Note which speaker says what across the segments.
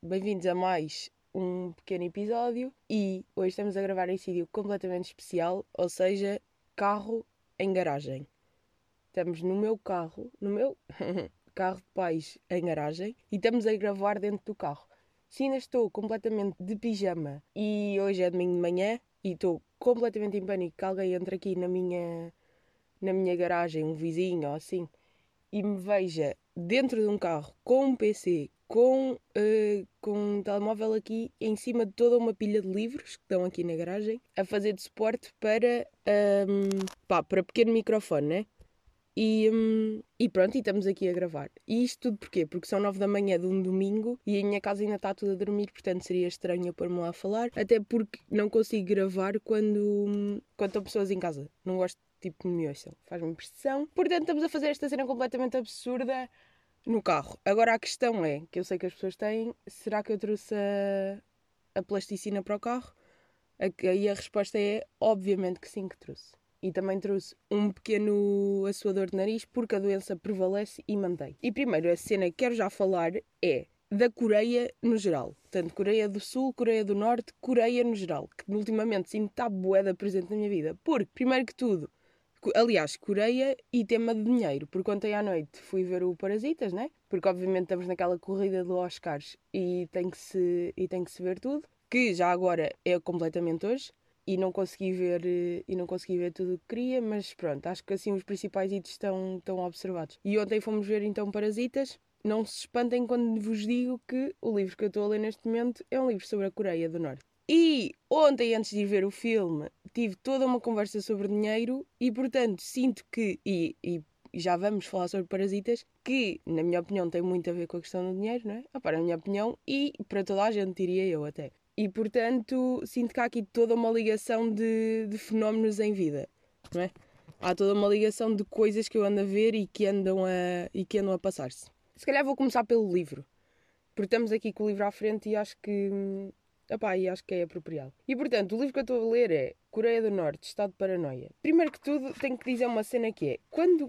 Speaker 1: bem-vindos a mais um pequeno episódio e hoje estamos a gravar em sítio completamente especial, ou seja, carro em garagem. Estamos no meu carro, carro de pais em garagem e estamos a gravar dentro do carro. Se ainda estou completamente de pijama e hoje é domingo de manhã e estou completamente em pânico que alguém entre aqui na minha garagem, um vizinho ou assim, e me veja dentro de um carro com um PC, com um telemóvel aqui em cima de toda uma pilha de livros que estão aqui na garagem, a fazer de suporte para pequeno microfone, né? E pronto, e estamos aqui a gravar. E isto tudo porquê? Porque são 9 da manhã de um domingo e a minha casa ainda está tudo a dormir, portanto seria estranho eu pôr-me lá a falar, até porque não consigo gravar quando estão pessoas em casa. Não gosto tipo que me ouçam, faz-me impressão. Portanto, estamos a fazer esta cena completamente absurda no carro. Agora a questão é, que eu sei que as pessoas têm, será que eu trouxe a plasticina para o carro? Aí a resposta é, obviamente que sim que trouxe. E também trouxe um pequeno assoador de nariz porque a doença prevalece e mantém. E primeiro, a cena que quero já falar é da Coreia no geral. Portanto, Coreia do Sul, Coreia do Norte, Coreia no geral. Que ultimamente sinto que está bué presente na minha vida. Porque, primeiro que tudo, aliás, Coreia e tema de dinheiro. Porque ontem à noite fui ver o Parasitas, né? Porque obviamente estamos naquela corrida do Oscars e tem que se ver tudo. Que já agora é completamente hoje e não consegui ver tudo o que queria, mas pronto, acho que assim os principais hits estão observados. E ontem fomos ver então Parasitas. Não se espantem quando vos digo que o livro que eu estou a ler neste momento é um livro sobre a Coreia do Norte. E ontem, antes de ir ver o filme, tive toda uma conversa sobre dinheiro e, portanto, sinto que, e já vamos falar sobre Parasitas, que, na minha opinião, tem muito a ver com a questão do dinheiro, não é? Na minha opinião, e para toda a gente, diria eu até. E, portanto, sinto que há aqui toda uma ligação de fenómenos em vida, não é? Há toda uma ligação de coisas que eu ando a ver e que andam a passar-se. Se calhar vou começar pelo livro, porque estamos aqui com o livro à frente e acho que é apropriado. E, portanto, o livro que eu estou a ler é Coreia do Norte, Estado de Paranoia. Primeiro que tudo, tenho que dizer uma cena que é, quando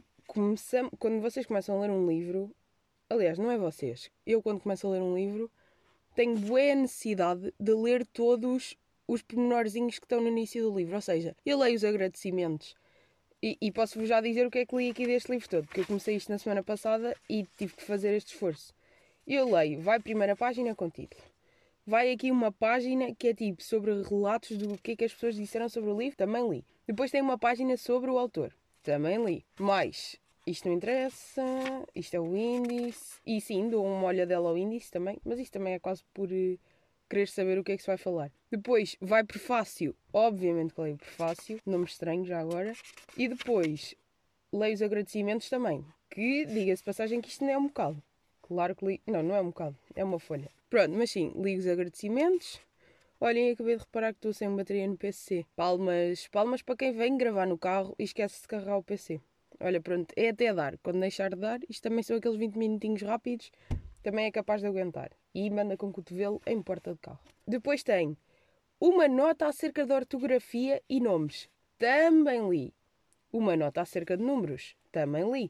Speaker 1: vocês começam a ler um livro, aliás, não é vocês, eu quando começo a ler um livro, tenho boa necessidade de ler todos os pormenorzinhos que estão no início do livro. Ou seja, eu leio os agradecimentos e posso-vos já dizer o que é que li aqui deste livro todo, porque eu comecei isto na semana passada e tive que fazer este esforço. Eu leio, vai primeira página com título. Vai aqui uma página que é tipo sobre relatos do que é que as pessoas disseram sobre o livro, também li. Depois tem uma página sobre o autor, também li. Mais, isto não interessa, isto é o índice, e sim, dou uma olhadela ao índice também, mas isto também é quase por querer saber o que é que se vai falar. Depois vai prefácio, obviamente que leio prefácio, nome estranho já agora, e depois leio os agradecimentos também, que diga-se passagem que isto não é um bocado. Claro que li. Não, não é um bocado, é uma folha. Pronto, mas sim, ligo os agradecimentos. Olhem, acabei de reparar que estou sem bateria no PC. Palmas para quem vem gravar no carro e esquece de carregar o PC. Olha, pronto, é até dar. Quando deixar de dar, isto também são aqueles 20 minutinhos rápidos, também é capaz de aguentar. E manda com o cotovelo em porta de carro. Depois tem uma nota acerca da ortografia e nomes. Também li. Uma nota acerca de números. Também li.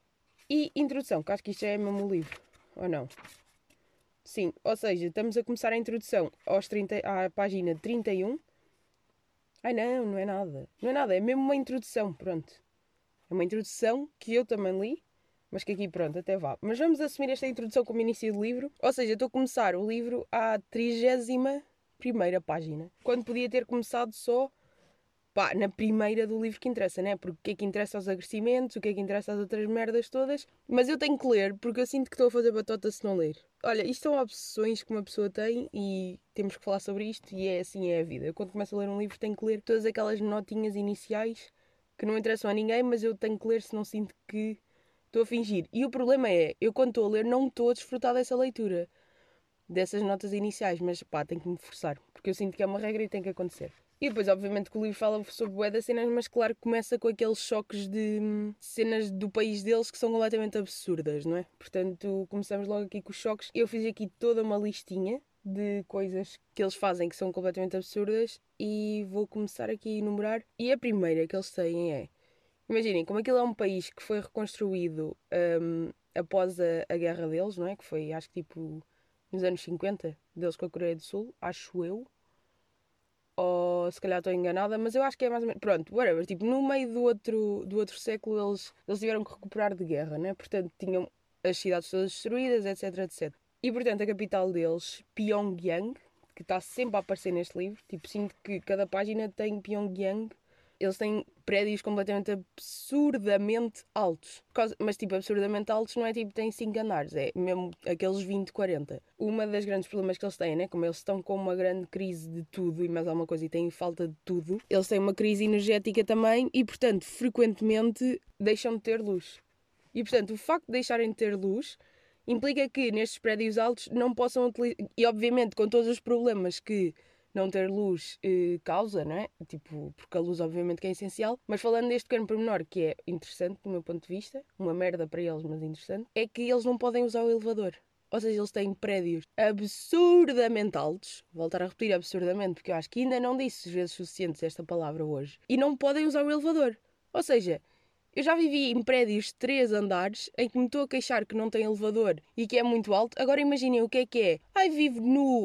Speaker 1: E introdução, que acho que isto já é mesmo o livro. Ou não? Sim, ou seja, estamos a começar a introdução à página 31. Ai não, não é nada. Não é nada, é mesmo uma introdução, pronto. É uma introdução que eu também li, mas que aqui, pronto, até vá. Mas vamos assumir esta introdução como início do livro. Ou seja, estou a começar o livro à 31ª página. Quando podia ter começado só na primeira do livro que interessa, né? Porque o que é que interessa aos agradecimentos, o que é que interessa às outras merdas todas. Mas eu tenho que ler, porque eu sinto que estou a fazer batota se não ler. Olha, isto são obsessões que uma pessoa tem e temos que falar sobre isto e é assim é a vida. Eu quando começo a ler um livro tenho que ler todas aquelas notinhas iniciais que não interessam a ninguém, mas eu tenho que ler se não sinto que estou a fingir. E o problema é, eu quando estou a ler não estou a desfrutar dessa leitura, dessas notas iniciais, mas tenho que me forçar, porque eu sinto que é uma regra e tem que acontecer. E depois, obviamente, que o livro fala sobre bué das cenas, mas claro que começa com aqueles choques de cenas do país deles que são completamente absurdas, não é? Portanto, começamos logo aqui com os choques. Eu fiz aqui toda uma listinha de coisas que eles fazem que são completamente absurdas e vou começar aqui a enumerar. E a primeira que eles têm é... Imaginem, como aquilo é um país que foi reconstruído após a guerra deles, não é? Que foi, acho que tipo nos anos 50, deles com a Coreia do Sul, acho eu. Ou se calhar estou enganada, mas eu acho que é mais ou menos. Pronto, whatever. Tipo, no meio do outro século eles tiveram que recuperar de guerra, né? Portanto, tinham as cidades todas destruídas, etc, etc. E portanto, a capital deles, Pyongyang, que está sempre a aparecer neste livro, tipo, sinto que cada página tem Pyongyang. Eles têm prédios completamente absurdamente altos. Mas, tipo, absurdamente altos não é tipo, tem 5 andares, é mesmo aqueles 20, 40. Uma das grandes problemas que eles têm, né? Como eles estão com uma grande crise de tudo e mais alguma coisa e têm falta de tudo, eles têm uma crise energética também e, portanto, frequentemente deixam de ter luz. E, portanto, o facto de deixarem de ter luz implica que nestes prédios altos não possam utilizar. E, obviamente, com todos os problemas que não ter luz causa, não é? Tipo, porque a luz obviamente que é essencial, mas falando deste pequeno pormenor, que é interessante do meu ponto de vista, uma merda para eles, mas interessante, é que eles não podem usar o elevador. Ou seja, eles têm prédios absurdamente altos, voltar a repetir absurdamente, porque eu acho que ainda não disse vezes suficientes esta palavra hoje, e não podem usar o elevador. Ou seja, eu já vivi em prédios de 3 andares em que me estou a queixar que não tem elevador e que é muito alto. Agora imaginem o que é que é. Ai, vivo no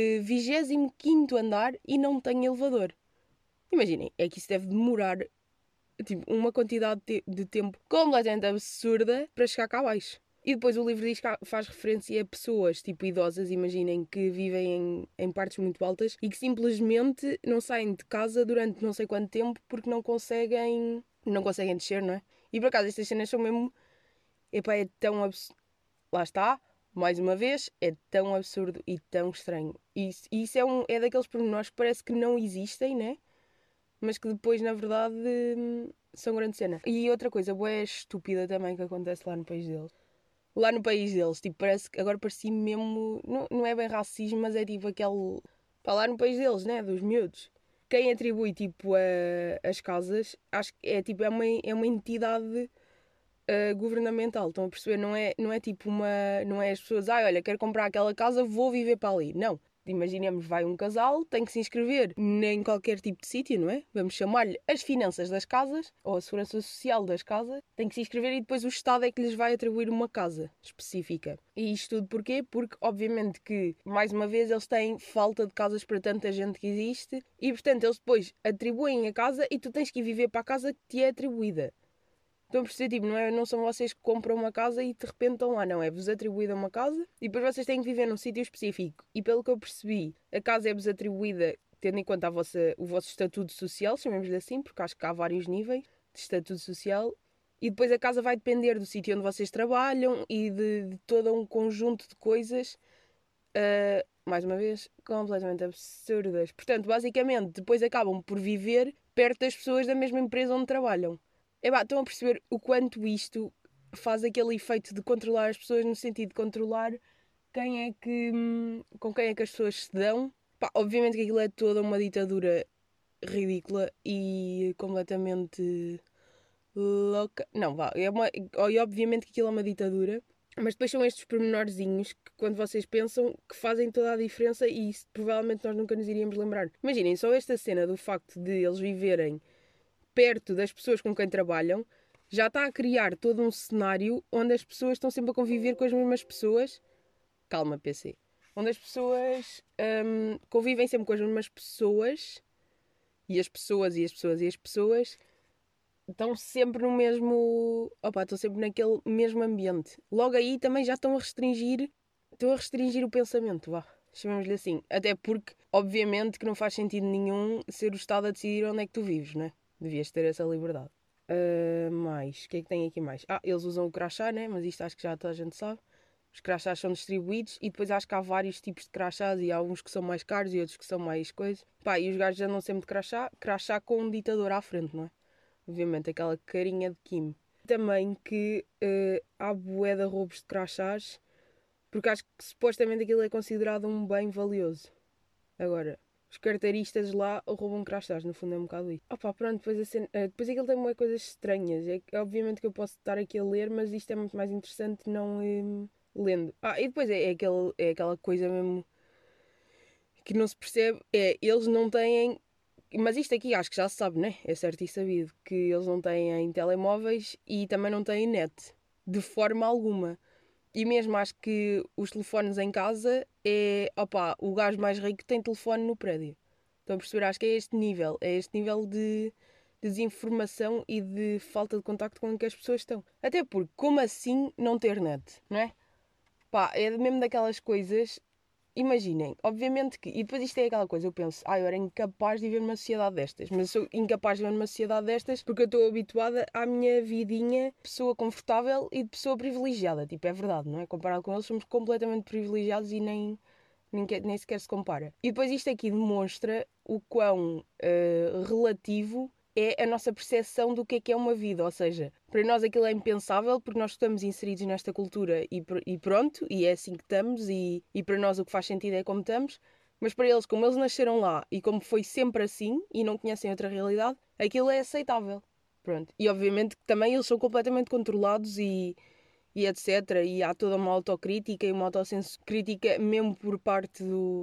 Speaker 1: 25º andar e não tenho elevador. Imaginem, é que isso deve demorar tipo, uma quantidade de tempo completamente absurda para chegar cá abaixo. E depois o livro diz que faz referência a pessoas, tipo idosas, imaginem, que vivem em partes muito altas e que simplesmente não saem de casa durante não sei quanto tempo porque não conseguem descer, não é? E por acaso estas cenas são mesmo. Epá, é tão absurdo. Lá está, mais uma vez, é tão absurdo e tão estranho. E isso é daqueles pormenores que parece que não existem, né? Mas que depois, na verdade, são grande cena. E outra coisa, bué estúpida também que acontece lá no país deles. Lá no país deles, tipo, parece que agora parecia mesmo. Não é bem racismo, mas é tipo aquele. Pá, lá no país deles, né? Dos miúdos. Quem atribui, tipo, as casas, acho que é tipo, é uma entidade governamental. Estão a perceber? Não é tipo uma. Não é as pessoas, olha, quero comprar aquela casa, vou viver para ali. Não. Imaginemos, vai um casal, tem que se inscrever em qualquer tipo de sítio, não é? Vamos chamar-lhe as finanças das casas ou a segurança social das casas. Tem que se inscrever e depois o Estado é que lhes vai atribuir uma casa específica. E isto tudo porquê? Porque, obviamente, que, mais uma vez, eles têm falta de casas para tanta gente que existe e, portanto, eles depois atribuem a casa e tu tens que ir viver para a casa que te é atribuída. Estão a perceber, tipo, não são vocês que compram uma casa e de repente estão lá, não. É-vos atribuída uma casa e depois vocês têm que viver num sítio específico. E pelo que eu percebi, a casa é-vos atribuída tendo em conta o vosso estatuto social, chamemos-lhe assim, porque acho que há vários níveis de estatuto social. E depois a casa vai depender do sítio onde vocês trabalham e de todo um conjunto de coisas, mais uma vez, completamente absurdas. Portanto, basicamente, depois acabam por viver perto das pessoas da mesma empresa onde trabalham. Estão a perceber o quanto isto faz aquele efeito de controlar as pessoas no sentido de controlar com quem é que as pessoas se dão. Obviamente que aquilo é toda uma ditadura ridícula e completamente louca. Não, e obviamente que aquilo é uma ditadura, mas depois são estes pormenorzinhos que quando vocês pensam que fazem toda a diferença e isso provavelmente nós nunca nos iríamos lembrar. Imaginem só esta cena do facto de eles viverem perto das pessoas com quem trabalham, já está a criar todo um cenário onde as pessoas estão sempre a conviver com as mesmas pessoas. Calma, PC. Onde as pessoas convivem sempre com as mesmas pessoas e as pessoas e as pessoas e as pessoas estão sempre no mesmo. Opa, estão sempre naquele mesmo ambiente. Logo aí também já estão a restringir. Estão a restringir o pensamento, vá. Chamemos-lhe assim. Até porque, obviamente, que não faz sentido nenhum ser o Estado a decidir onde é que tu vives, não é? Devias ter essa liberdade. Mais, o que é que tem aqui mais? Eles usam o crachá, né? Mas isto acho que já toda a gente sabe. Os crachás são distribuídos e depois acho que há vários tipos de crachás e há uns que são mais caros e outros que são mais coisas. E os gajos andam sempre de crachá com um ditador à frente, não é? Obviamente, aquela carinha de Kim. Também que há bué de roubos de crachás, porque acho que supostamente aquilo é considerado um bem valioso. Agora, os carteiristas lá roubam crachás, no fundo é um bocado isso. Pronto, depois aquilo tem umas coisas estranhas. Obviamente que eu posso estar aqui a ler, mas isto é muito mais interessante não lendo. E depois é aquela coisa mesmo que não se percebe. Eles não têm. Mas isto aqui acho que já se sabe, né? É certo e sabido que eles não têm telemóveis e também não têm net. De forma alguma. E mesmo acho que os telefones em casa é, opá, o gajo mais rico tem telefone no prédio. Estão a perceber? Acho que é este nível de desinformação e de falta de contacto com que as pessoas estão. Até porque, como assim não ter net, não é? Pá, é mesmo daquelas coisas. Imaginem, obviamente que. E depois isto é aquela coisa, eu penso, eu era incapaz de viver numa sociedade destas. Mas eu sou incapaz de viver numa sociedade destas porque eu estou habituada à minha vidinha de pessoa confortável e de pessoa privilegiada. Tipo, é verdade, não é? Comparado com eles, somos completamente privilegiados e nem sequer se compara. E depois isto aqui demonstra o quão relativo é a nossa percepção do que é uma vida. Ou seja, para nós aquilo é impensável porque nós estamos inseridos nesta cultura e pronto, e é assim que estamos, e para nós o que faz sentido é como estamos. Mas para eles, como eles nasceram lá e como foi sempre assim e não conhecem outra realidade, aquilo é aceitável. Pronto. E obviamente que também eles são completamente controlados e etc. E há toda uma autocrítica e uma autocrítica mesmo por parte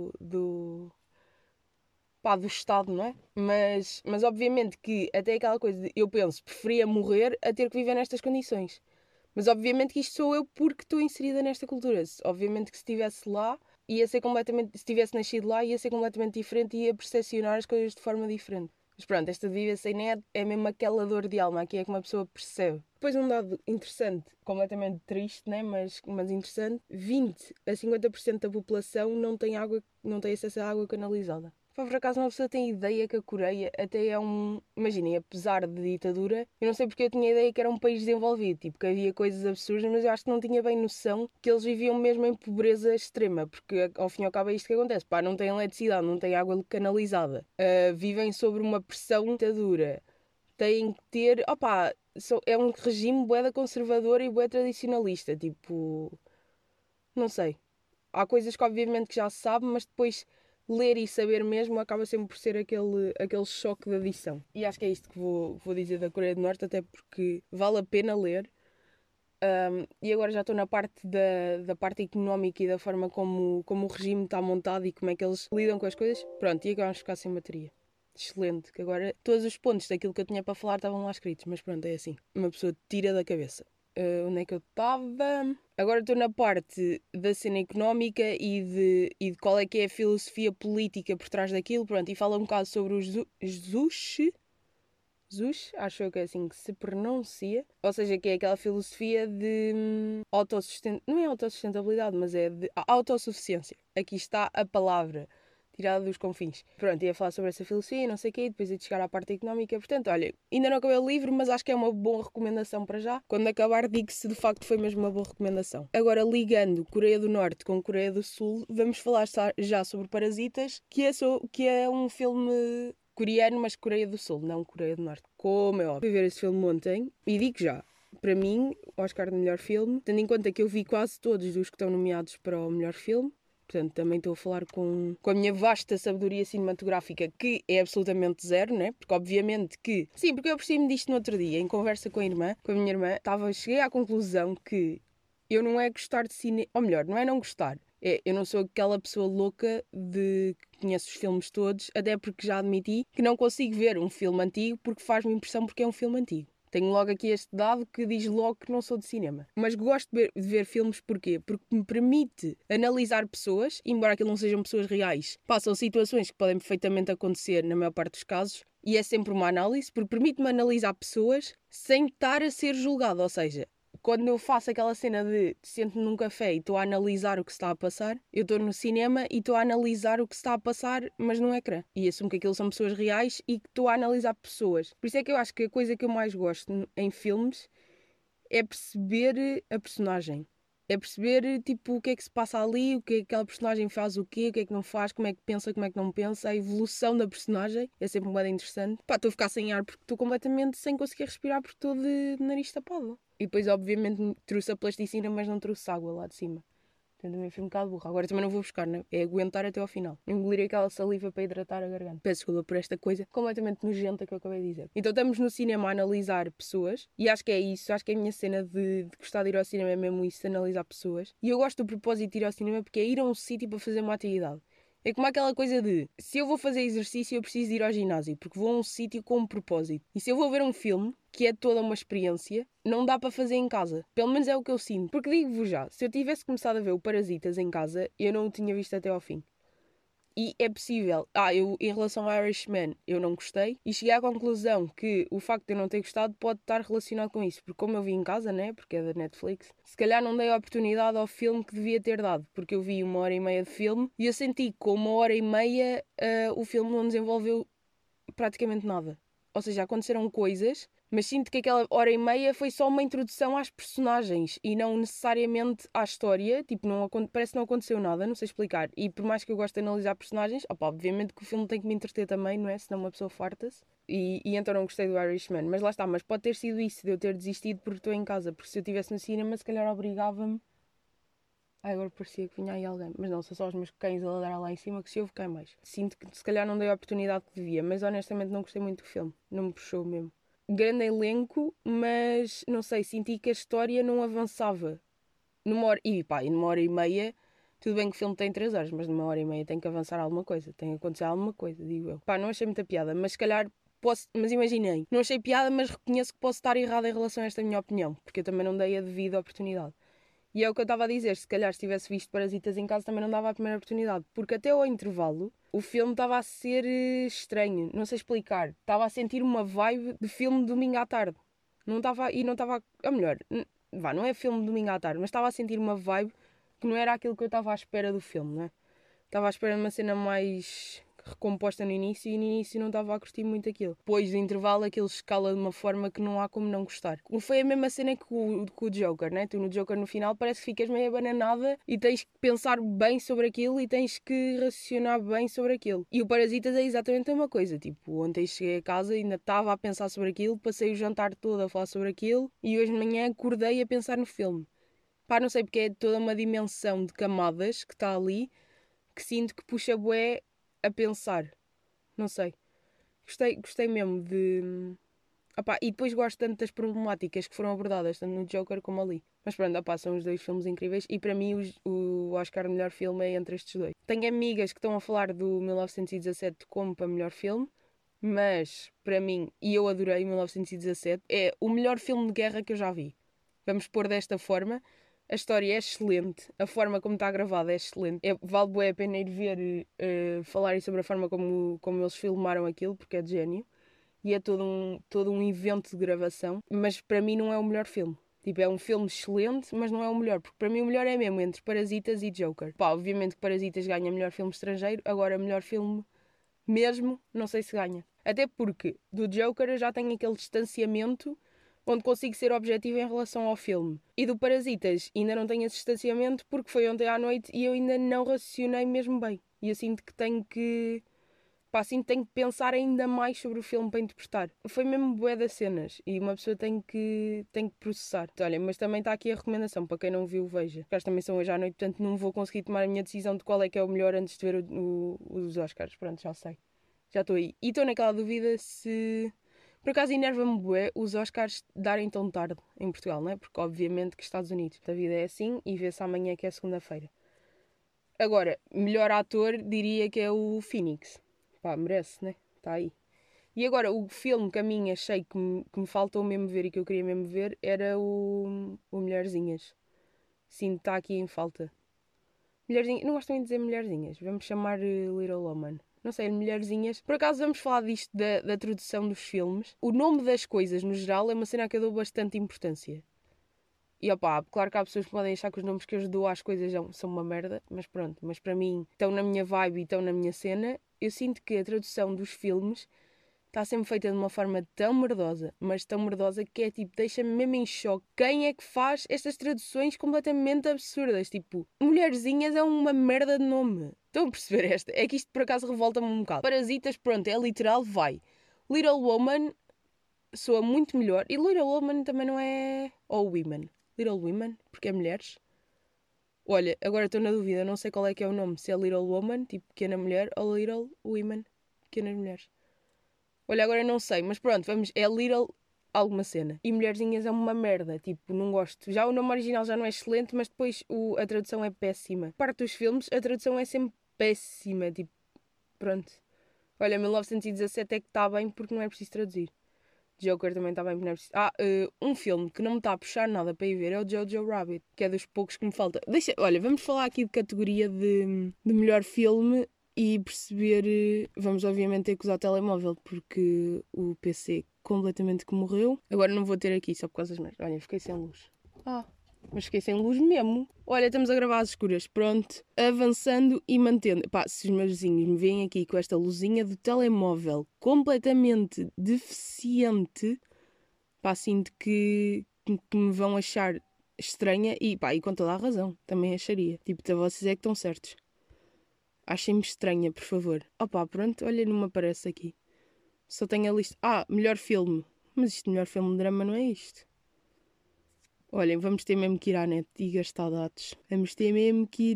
Speaker 1: do Estado, não é? Mas obviamente que até aquela coisa de eu penso, preferia morrer a ter que viver nestas condições. Mas obviamente que isto sou eu porque estou inserida nesta cultura. Obviamente que se estivesse lá, ia ser completamente. Se tivesse nascido lá, ia ser completamente diferente e ia percepcionar as coisas de forma diferente. Mas pronto, esta de viver sem net é mesmo aquela dor de alma, aqui é que uma pessoa percebe. Depois um dado interessante, completamente triste, né? mas interessante, 20 a 50% da população não tem água, não tem acesso à água canalizada. Por acaso uma pessoa tem ideia que a Coreia até é um... Imaginem, apesar de ditadura, eu não sei porque eu tinha ideia que era um país desenvolvido, tipo, que havia coisas absurdas, mas eu acho que não tinha bem noção que eles viviam mesmo em pobreza extrema, porque ao fim e ao cabo é isto que acontece. Pá, não têm eletricidade, não têm água canalizada, vivem sobre uma pressão ditadura, têm que ter... Opá, é um regime bué conservador e bué tradicionalista, tipo... Não sei. Há coisas que obviamente que já se sabe, mas depois ler e saber mesmo acaba sempre por ser aquele choque de adição. E acho que é isto que vou dizer da Coreia do Norte, até porque vale a pena ler. E agora já estou na parte da parte económica e da forma como o regime está montado e como é que eles lidam com as coisas. Pronto, e agora vamos ficar sem bateria. Excelente, que agora todos os pontos daquilo que eu tinha para falar estavam lá escritos, mas pronto, é assim. Uma pessoa tira da cabeça. Onde é que eu estava? Agora estou na parte da cena económica e de qual é que é a filosofia política por trás daquilo. Pronto, e fala um bocado sobre o Zush, acho eu que é assim que se pronuncia. Ou seja, que é aquela filosofia de não é autossustentabilidade, mas é de autossuficiência. Aqui está a palavra tirada dos confins. Pronto, ia falar sobre essa filosofia e não sei o quê, depois ia chegar à parte económica. Portanto, olha, ainda não acabei o livro, mas acho que é uma boa recomendação para já. Quando acabar, digo se de facto foi mesmo uma boa recomendação. Agora, ligando Coreia do Norte com Coreia do Sul, vamos falar já sobre Parasitas, que é um filme coreano, mas Coreia do Sul, não Coreia do Norte. Como é óbvio. Fui ver esse filme ontem e digo já, para mim, Oscar de melhor filme, tendo em conta que eu vi quase todos os que estão nomeados para o melhor filme. Portanto, também estou a falar com a minha vasta sabedoria cinematográfica, que é absolutamente zero, né? Porque obviamente que... Sim, porque eu apercebi-me disto no outro dia, em conversa com a minha irmã, cheguei à conclusão que eu não é gostar de cinema... Ou melhor, não é não gostar. Eu não sou aquela pessoa louca que conhece os filmes todos, até porque já admiti que não consigo ver um filme antigo porque faz-me impressão porque é um filme antigo. Tenho logo aqui este dado que diz logo que não sou de cinema. Mas gosto de ver filmes porquê? Porque me permite analisar pessoas, embora aquilo não sejam pessoas reais. Passam situações que podem perfeitamente acontecer na maior parte dos casos. E é sempre uma análise, porque permite-me analisar pessoas sem estar a ser julgado. Ou seja, quando eu faço aquela cena de sento-me num café e estou a analisar o que se está a passar, eu estou no cinema e estou a analisar o que se está a passar, mas no ecrã. E assumo que aquilo são pessoas reais e que estou a analisar pessoas. Por isso é que eu acho que a coisa que eu mais gosto em filmes é perceber a personagem. É perceber, tipo, o que é que se passa ali, o que é que aquela personagem faz, o que é que não faz, como é que pensa, como é que não pensa, a evolução da personagem. É sempre uma coisa interessante. Pá, estou a ficar sem ar porque estou completamente sem conseguir respirar porque estou de nariz tapado. E depois, obviamente, trouxe a plasticina, mas não trouxe água lá de cima. Portanto, também fui um bocado burra. Agora também não vou buscar, né? É aguentar até ao final. Engolir aquela saliva para hidratar a garganta. Peço desculpa por esta coisa completamente nojenta que eu acabei de dizer. Então estamos no cinema a analisar pessoas. E acho que é isso. Acho que a minha cena de gostar de ir ao cinema é mesmo isso, de analisar pessoas. E eu gosto do propósito de ir ao cinema porque é ir a um sítio para fazer uma atividade. É como aquela coisa de, se eu vou fazer exercício eu preciso ir ao ginásio, porque vou a um sítio com um propósito. E se eu vou ver um filme, que é toda uma experiência, não dá para fazer em casa. Pelo menos é o que eu sinto. Porque digo-vos já, se eu tivesse começado a ver o Parasitas em casa, eu não o tinha visto até ao fim. E é possível. Eu, em relação ao Irishman, eu não gostei. E cheguei à conclusão que o facto de eu não ter gostado pode estar relacionado com isso. Porque como eu vi em casa, né? Porque é da Netflix, se calhar não dei a oportunidade ao filme que devia ter dado. Porque eu vi 1h30 de filme e eu senti que com 1h30 o filme não desenvolveu praticamente nada. Ou seja, aconteceram coisas, mas sinto que aquela 1h30 foi só uma introdução às personagens e não necessariamente à história. Tipo, parece que não aconteceu nada, não sei explicar. E por mais que eu goste de analisar personagens, obviamente que o filme tem que me entreter também, não é? Senão uma pessoa farta-se. E então não gostei do Irishman. Mas lá está, mas pode ter sido isso, de eu ter desistido porque estou em casa. Porque se eu estivesse no cinema, se calhar obrigava-me. Agora parecia que vinha aí alguém. Mas não, são só os meus cães a ladrar lá em cima que se ouve quem mais. Sinto que se calhar não dei a oportunidade que devia, mas honestamente não gostei muito do filme. Não me puxou mesmo. Grande elenco, mas não sei, senti que a história não avançava. Numa hora e meia, tudo bem que o filme tem 3 horas, mas numa hora e meia tem que avançar alguma coisa. Tem que acontecer alguma coisa, digo eu. Não achei muita piada, mas se calhar posso. Mas imaginei, não achei piada, mas reconheço que posso estar errada em relação a esta minha opinião, porque eu também não dei a devida oportunidade. E é o que eu estava a dizer, se calhar se tivesse visto Parasitas em casa também não dava a primeira oportunidade. Porque até ao intervalo o filme estava a ser estranho, não sei explicar. Estava a sentir uma vibe de filme de domingo à tarde. Não estava, e não estava, ou melhor, não é filme de domingo à tarde, mas estava a sentir uma vibe que não era aquilo que eu estava à espera do filme, não é? Estava à espera de uma cena mais recomposta no início e no início não estava a curtir muito aquilo. Depois do intervalo aquilo escala de uma forma que não há como não gostar. Foi a mesma cena que o Joker, né? Tu no Joker no final parece que ficas meio abananada e tens que pensar bem sobre aquilo e tens que raciocinar bem sobre aquilo. E o Parasitas é exatamente a mesma coisa. Tipo, ontem cheguei a casa e ainda estava a pensar sobre aquilo, passei o jantar todo a falar sobre aquilo e hoje de manhã acordei a pensar no filme. Não sei porque é toda uma dimensão de camadas que está ali que sinto que puxa bué a pensar. Não sei. Gostei mesmo de. E depois gosto tanto das problemáticas que foram abordadas, tanto no Joker como ali. Mas pronto, são os 2 filmes incríveis e para mim o Oscar de melhor filme é entre estes 2. Tenho amigas que estão a falar do 1917 como para melhor filme, mas para mim, e eu adorei 1917, é o melhor filme de guerra que eu já vi. Vamos pôr desta forma. A história é excelente, a forma como está gravada é excelente. Vale bué a pena ir ver, falarem sobre a forma como eles filmaram aquilo, porque é de gênio. E é todo um evento de gravação. Mas para mim não é o melhor filme. Tipo, é um filme excelente, mas não é o melhor. Porque para mim o melhor é mesmo entre Parasitas e Joker. Obviamente que Parasitas ganha melhor filme estrangeiro, agora melhor filme mesmo, não sei se ganha. Até porque do Joker eu já tenho aquele distanciamento onde consigo ser objetivo em relação ao filme. E do Parasitas ainda não tenho esse distanciamento porque foi ontem à noite e eu ainda não raciocinei mesmo bem. E eu sinto que tenho que pensar ainda mais sobre o filme para interpretar. Foi mesmo bué das cenas e uma pessoa tem que processar. Olha, mas também está aqui a recomendação, para quem não viu, veja. Os também são hoje à noite, portanto não vou conseguir tomar a minha decisão de qual é que é o melhor antes de ver os Oscars. Pronto, já sei. Já estou aí. E estou naquela dúvida se... Por acaso enerva-me bué os Oscars darem tão tarde em Portugal, não é? Porque obviamente que Estados Unidos a vida é assim e vê-se amanhã que é segunda-feira. Agora, melhor ator diria que é o Phoenix. Merece, né? Está aí. E agora, o filme que a mim achei que me faltou mesmo ver e que eu queria mesmo ver era o Mulherzinhas. Sim, está aqui em falta. Mulherzinhas, não gosto muito de dizer Mulherzinhas, vamos chamar Little Woman. Não sei, Mulherzinhas. Por acaso vamos falar disto da tradução dos filmes. O nome das coisas, no geral, é uma cena que eu dou bastante importância. E claro que há pessoas que podem achar que os nomes que eu dou às coisas são uma merda, mas pronto. Mas para mim, estão na minha vibe e estão na minha cena. Eu sinto que a tradução dos filmes está sempre feita de uma forma tão merdosa, mas tão merdosa que é tipo, deixa-me mesmo em choque. Quem é que faz estas traduções completamente absurdas? Tipo, Mulherzinhas é uma merda de nome. Estão a perceber esta? É que isto por acaso revolta-me um bocado. Parasitas, pronto, é literal, vai. Little Woman soa muito melhor. E Little Woman também não é... Ou Women. Little Women, porque é mulheres. Olha, agora estou na dúvida, não sei qual é que é o nome. Se é Little Woman, tipo pequena mulher, ou Little Women, pequenas mulheres. Olha, agora não sei, mas pronto, vamos, é Little alguma cena. E Mulherzinhas é uma merda, tipo, não gosto. Já o nome original já não é excelente, mas depois a tradução é péssima. Parte dos filmes, a tradução é sempre péssima, tipo, pronto. Olha, 1917 é que está bem porque não é preciso traduzir. Joker também está bem porque não é preciso... um filme que não me está a puxar nada para ir ver é o Jojo Rabbit, que é dos poucos que me falta. Olha, vamos falar aqui de categoria de melhor filme e perceber... Vamos obviamente ter que usar o telemóvel porque o PC completamente que morreu. Agora não vou ter aqui só por causa das merdas. Olha, fiquei sem luz. Mas fiquei sem luz mesmo. Olha, estamos a gravar às escuras. Pronto. Avançando e mantendo. Pá, se os meus vizinhos me veem aqui com esta luzinha do telemóvel completamente deficiente, pá, sinto que me vão achar estranha e, pá, e com toda a razão. Também acharia. Tipo, até vocês é que estão certos. Achem-me estranha, por favor. Opá, pronto. Olha, não me aparece aqui. Só tenho a lista. Melhor filme. Mas isto, melhor filme de drama, não é isto. Olhem, vamos ter mesmo que ir à net e gastar dados. Vamos ter mesmo que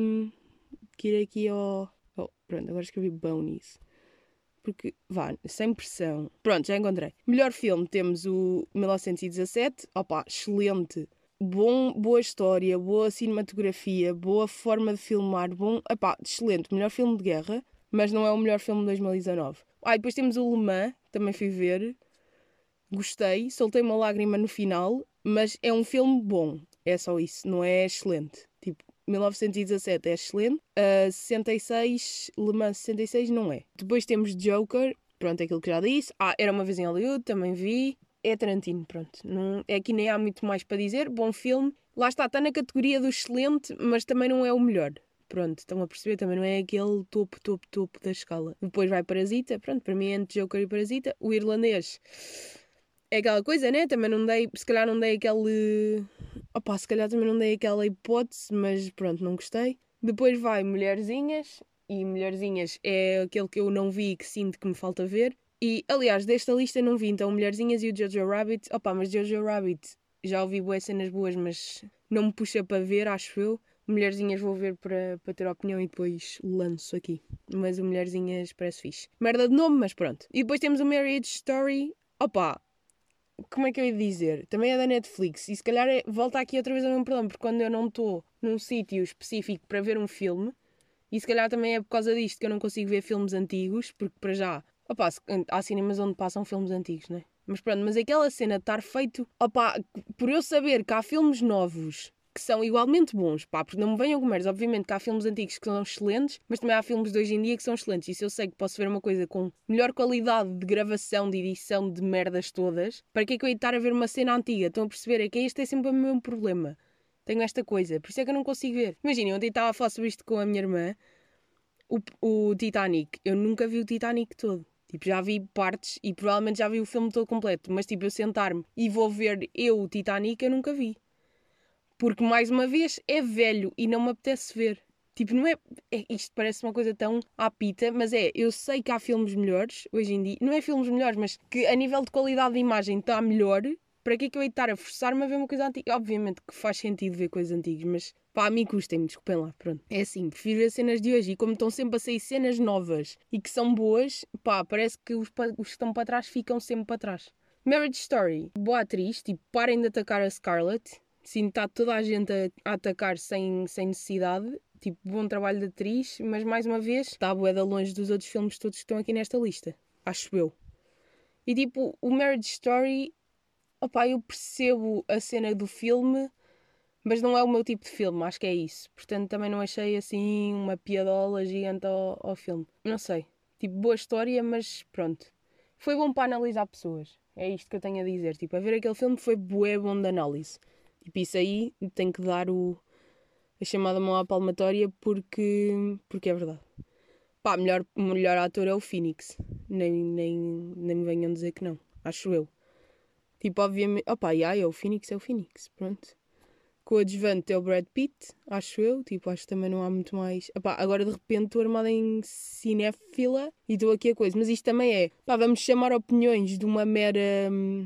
Speaker 1: ir aqui ao... pronto, agora escrevi Bonies. Porque, vá, sem pressão. Pronto, já encontrei. Melhor filme temos o 1917. Opa, excelente. Boa história, boa cinematografia, boa forma de filmar, excelente. Melhor filme de guerra, mas não é o melhor filme de 2019. E depois temos o Le Mans, também fui ver. Gostei, soltei uma lágrima no final, mas é um filme bom. É só isso, não é excelente. Tipo, 1917 é excelente, 66, Le Mans 66 não é. Depois temos Joker, pronto, é aquilo que já disse. Era uma vez em Hollywood, também vi. É Tarantino, pronto. Não, é que nem há muito mais para dizer. Bom filme. Lá está na categoria do excelente, mas também não é o melhor. Pronto, estão a perceber? Também não é aquele topo da escala. Depois vai Parasita, pronto, para mim é entre Joker e Parasita. O irlandês... É aquela coisa, né? Também não dei, se calhar não dei aquele... se calhar também não dei aquela hipótese, mas pronto, não gostei. Depois vai Mulherzinhas, e Mulherzinhas é aquele que eu não vi e que sinto que me falta ver. E, aliás, desta lista não vi, então Mulherzinhas e o Jojo Rabbit. Mas Jojo Rabbit, já ouvi boas cenas boas, mas não me puxa para ver, acho eu. Mulherzinhas vou ver para ter opinião e depois lanço aqui. Mas o Mulherzinhas parece fixe. Merda de nome, mas pronto. E depois temos o Marriage Story. Como é que eu ia dizer? Também é da Netflix e se calhar volta aqui outra vez ao mesmo problema, porque quando eu não estou num sítio específico para ver um filme, e se calhar também é por causa disto que eu não consigo ver filmes antigos, porque para já, há cinemas onde passam filmes antigos, né? Mas pronto, mas aquela cena de estar feito, por eu saber que há filmes novos que são igualmente bons, porque não me venham com merdas. Obviamente que há filmes antigos que são excelentes, mas também há filmes de hoje em dia que são excelentes. E se eu sei que posso ver uma coisa com melhor qualidade de gravação, de edição, de merdas todas, para que é que eu ia estar a ver uma cena antiga? Estão a perceber? É que este é sempre o mesmo problema. Tenho esta coisa, por isso é que eu não consigo ver. Imaginem, ontem estava a falar sobre isto com a minha irmã, o Titanic. Eu nunca vi o Titanic todo. Tipo, já vi partes e provavelmente já vi o filme todo completo, mas tipo, eu sentar-me e vou ver o Titanic, eu nunca vi. Porque, mais uma vez, é velho e não me apetece ver. Tipo, não é... Isto parece uma coisa tão à pita, mas eu sei que há filmes melhores hoje em dia. Não é filmes melhores, mas que a nível de qualidade de imagem está melhor. Para que é que eu ia estar a forçar-me a ver uma coisa antiga? Obviamente que faz sentido ver coisas antigas, mas a mim custem-me, desculpem lá, pronto. É assim, prefiro ver cenas de hoje e como estão sempre a sair cenas novas e que são boas, parece que os que estão para trás ficam sempre para trás. Marriage Story, boa atriz, tipo, parem de atacar a Scarlett. Sim, está toda a gente a atacar sem necessidade. Tipo, bom trabalho de atriz, mas mais uma vez está bué de longe dos outros filmes todos que estão aqui nesta lista. Acho eu. E tipo, o Marriage Story, eu percebo a cena do filme, mas não é o meu tipo de filme, acho que é isso. Portanto, também não achei assim uma piadola gigante ao filme. Não sei. Tipo, boa história, mas pronto. Foi bom para analisar pessoas. É isto que eu tenho a dizer. Tipo, a ver aquele filme foi bué bom de análise. Tipo, isso aí tem que dar a chamada mão à palmatória porque é verdade. Melhor ator é o Phoenix. Nem me venham dizer que não. Acho eu. Tipo, obviamente... é o Phoenix, pronto. Coadjuvante é o Brad Pitt, acho eu. Tipo, acho que também não há muito mais... agora de repente estou armada em cinéfila e estou aqui a coisa. Mas isto também é... vamos chamar opiniões de uma mera...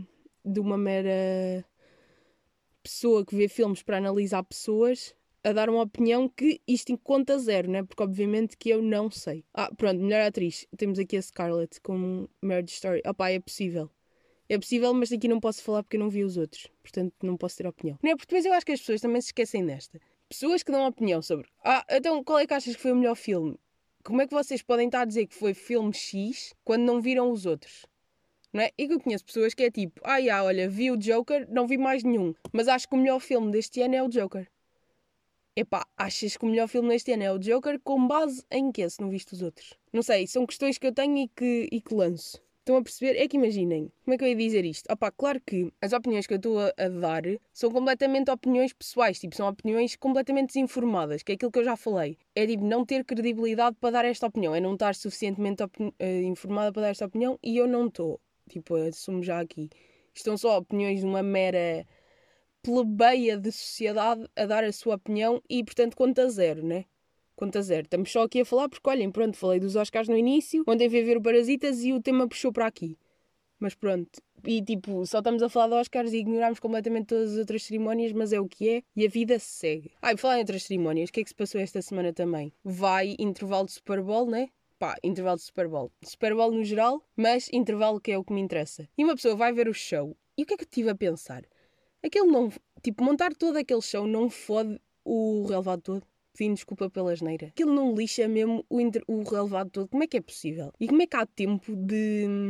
Speaker 1: pessoa que vê filmes para analisar pessoas a dar uma opinião que isto conta zero, né? Porque obviamente que eu não sei. Pronto, melhor atriz. Temos aqui a Scarlett com Marriage Story. É possível. É possível, mas aqui não posso falar porque eu não vi os outros. Portanto, não posso ter opinião. Não é? Porque depois eu acho que as pessoas também se esquecem desta. Pessoas que dão opinião sobre... então qual é que achas que foi o melhor filme? como é que vocês podem estar a dizer que foi filme X quando não viram os outros? Não é? E que eu conheço pessoas que é tipo, olha, vi o Joker, não vi mais nenhum, mas acho que o melhor filme deste ano é o Joker. Epá, achas que o melhor filme deste ano é o Joker com base em quê, se não viste os outros? Não sei, são questões que eu tenho e que lanço. Estão a perceber? É que imaginem, como é que eu ia dizer isto? Opá, claro que as opiniões que eu estou a dar são completamente opiniões pessoais, tipo, são opiniões completamente desinformadas, que é aquilo que eu já falei. É tipo, não ter credibilidade para dar esta opinião, é não estar suficientemente informada para dar esta opinião e eu não estou. Tipo, assumo já aqui. Estão só opiniões de uma mera plebeia de sociedade a dar a sua opinião e, portanto, conta zero, né? Conta zero. Estamos só aqui a falar porque, olhem, pronto, falei dos Oscars no início, ontem fui ver o Parasitas e o tema puxou para aqui. Mas pronto. E, tipo, só estamos a falar de Oscars e ignoramos completamente todas as outras cerimónias, mas é o que é e a vida segue. E falar em outras cerimónias, o que é que se passou esta semana também? Vai intervalo de Super Bowl, né? Pá, intervalo de Super Bowl. Super Bowl no geral, mas intervalo que é o que me interessa. E uma pessoa vai ver o show. E o que é que eu estive a pensar? Aquilo não... Tipo, montar todo aquele show não fode o relevado todo. Pedindo desculpa pela asneira. Aquilo não lixa mesmo o relevado todo. Como é que é possível? E como é que há tempo de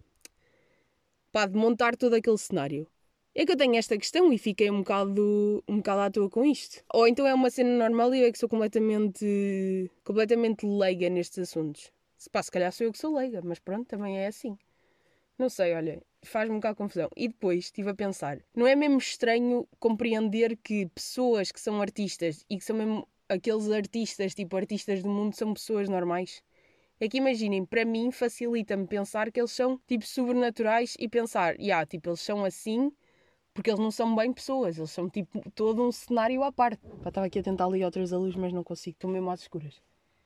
Speaker 1: montar todo aquele cenário? É que eu tenho esta questão e fiquei um bocado à toa com isto. Ou então é uma cena normal e eu é que sou completamente leiga nestes assuntos. Se calhar sou eu que sou leiga, mas pronto, também é assim. Não sei, olha, faz-me um bocado de confusão. E depois estive a pensar, não é mesmo estranho compreender que pessoas que são artistas e que são mesmo aqueles artistas, tipo artistas do mundo, são pessoas normais? É que imaginem, para mim facilita-me pensar que eles são tipo sobrenaturais e pensar, tipo, eles são assim porque eles não são bem pessoas, eles são tipo todo um cenário à parte. Estava aqui a tentar ligar outras a luz, mas não consigo, estou mesmo às escuras.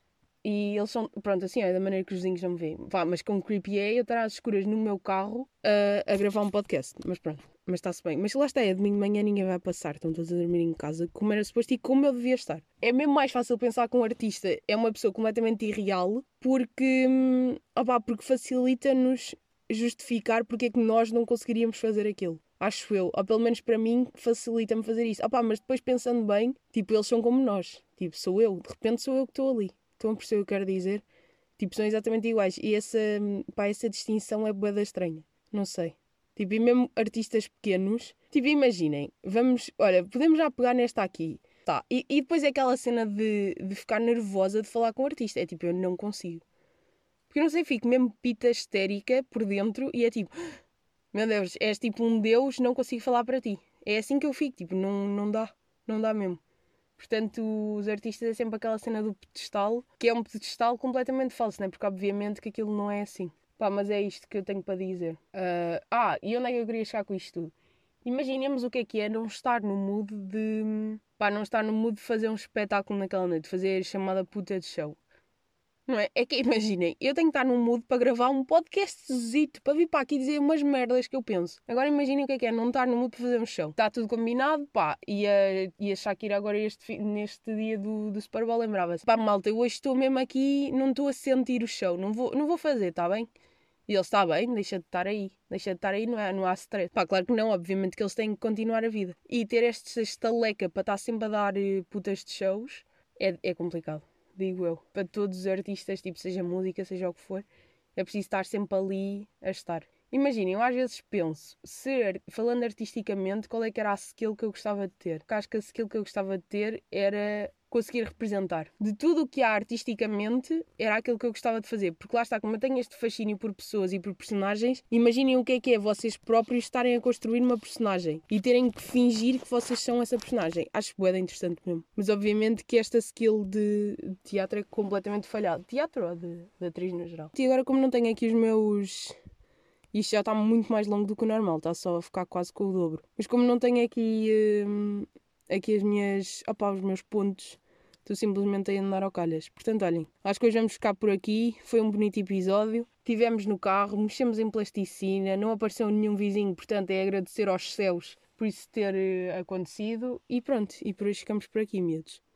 Speaker 1: E eles são, pronto, assim é da maneira que os vizinhos não me veem. Mas com creepy é eu estar às escuras no meu carro a gravar um podcast. Mas pronto, mas está-se bem. Mas lá está, é domingo de manhã, ninguém vai passar. Estão todos a dormir em casa, como era suposto e como eu devia estar. É mesmo mais fácil pensar que um artista é uma pessoa completamente irreal porque, porque facilita-nos justificar porque é que nós não conseguiríamos fazer aquilo. Acho eu, ou pelo menos para mim, facilita-me fazer isso. Mas depois pensando bem, tipo, eles são como nós. Tipo, sou eu, de repente sou eu que estou ali. Estão a perceber o que eu quero dizer? Tipo, são exatamente iguais. E essa distinção é bué da estranha. Não sei. Tipo, e mesmo artistas pequenos, tipo, imaginem, podemos já pegar nesta aqui. Tá. E depois é aquela cena de ficar nervosa de falar com o artista. É tipo, eu não consigo. Porque eu não sei, fico mesmo pita histérica por dentro e é tipo, meu Deus, és tipo um deus, não consigo falar para ti. É assim que eu fico, tipo, não dá. Não dá mesmo. Portanto, os artistas é sempre aquela cena do pedestal, que é um pedestal completamente falso, né? Porque obviamente que aquilo não é assim. Mas é isto que eu tenho para dizer. E onde é que eu queria chegar com isto tudo? Imaginemos o que é não estar no mood de... não estar no mood de fazer um espetáculo naquela noite, de fazer chamada puta de show. Não é? É que imaginem, eu tenho que estar num mood para gravar um podcastzito, para vir para aqui dizer umas merdas que eu penso. Agora imaginem o que é não estar no mood para fazer um show. Está tudo combinado, e a Shakira agora neste dia do Super Bowl lembrava-se. Malta, eu hoje estou mesmo aqui, não estou a sentir o show, não vou fazer, está bem? E ele está bem, deixa de estar aí, não há stress. Claro que não, obviamente que eles têm que continuar a vida. E ter esta estaleca para estar sempre a dar putas de shows é complicado. Digo eu, para todos os artistas, tipo, seja música, seja o que for, é preciso estar sempre ali a estar. Imaginem, eu às vezes penso, falando artisticamente, qual é que era a skill que eu gostava de ter? Porque acho que a skill que eu gostava de ter era conseguir representar. De tudo o que há artisticamente, era aquilo que eu gostava de fazer. Porque lá está, como eu tenho este fascínio por pessoas e por personagens, imaginem o que é vocês próprios estarem a construir uma personagem e terem que fingir que vocês são essa personagem. Acho bué interessante mesmo. Mas obviamente que esta skill de teatro é completamente falhada. Teatro ou de atriz no geral. E agora, como não tenho aqui os meus... Isto já está muito mais longo do que o normal, está só a ficar quase com o dobro. Mas como não tenho aqui as minhas... os meus pontos, estou simplesmente a andar ao calhas. Portanto, olhem, acho que hoje vamos ficar por aqui. Foi um bonito episódio. Tivemos no carro, mexemos em plasticina, não apareceu nenhum vizinho, portanto é agradecer aos céus por isso ter acontecido. E pronto, e por hoje ficamos por aqui, miúdos.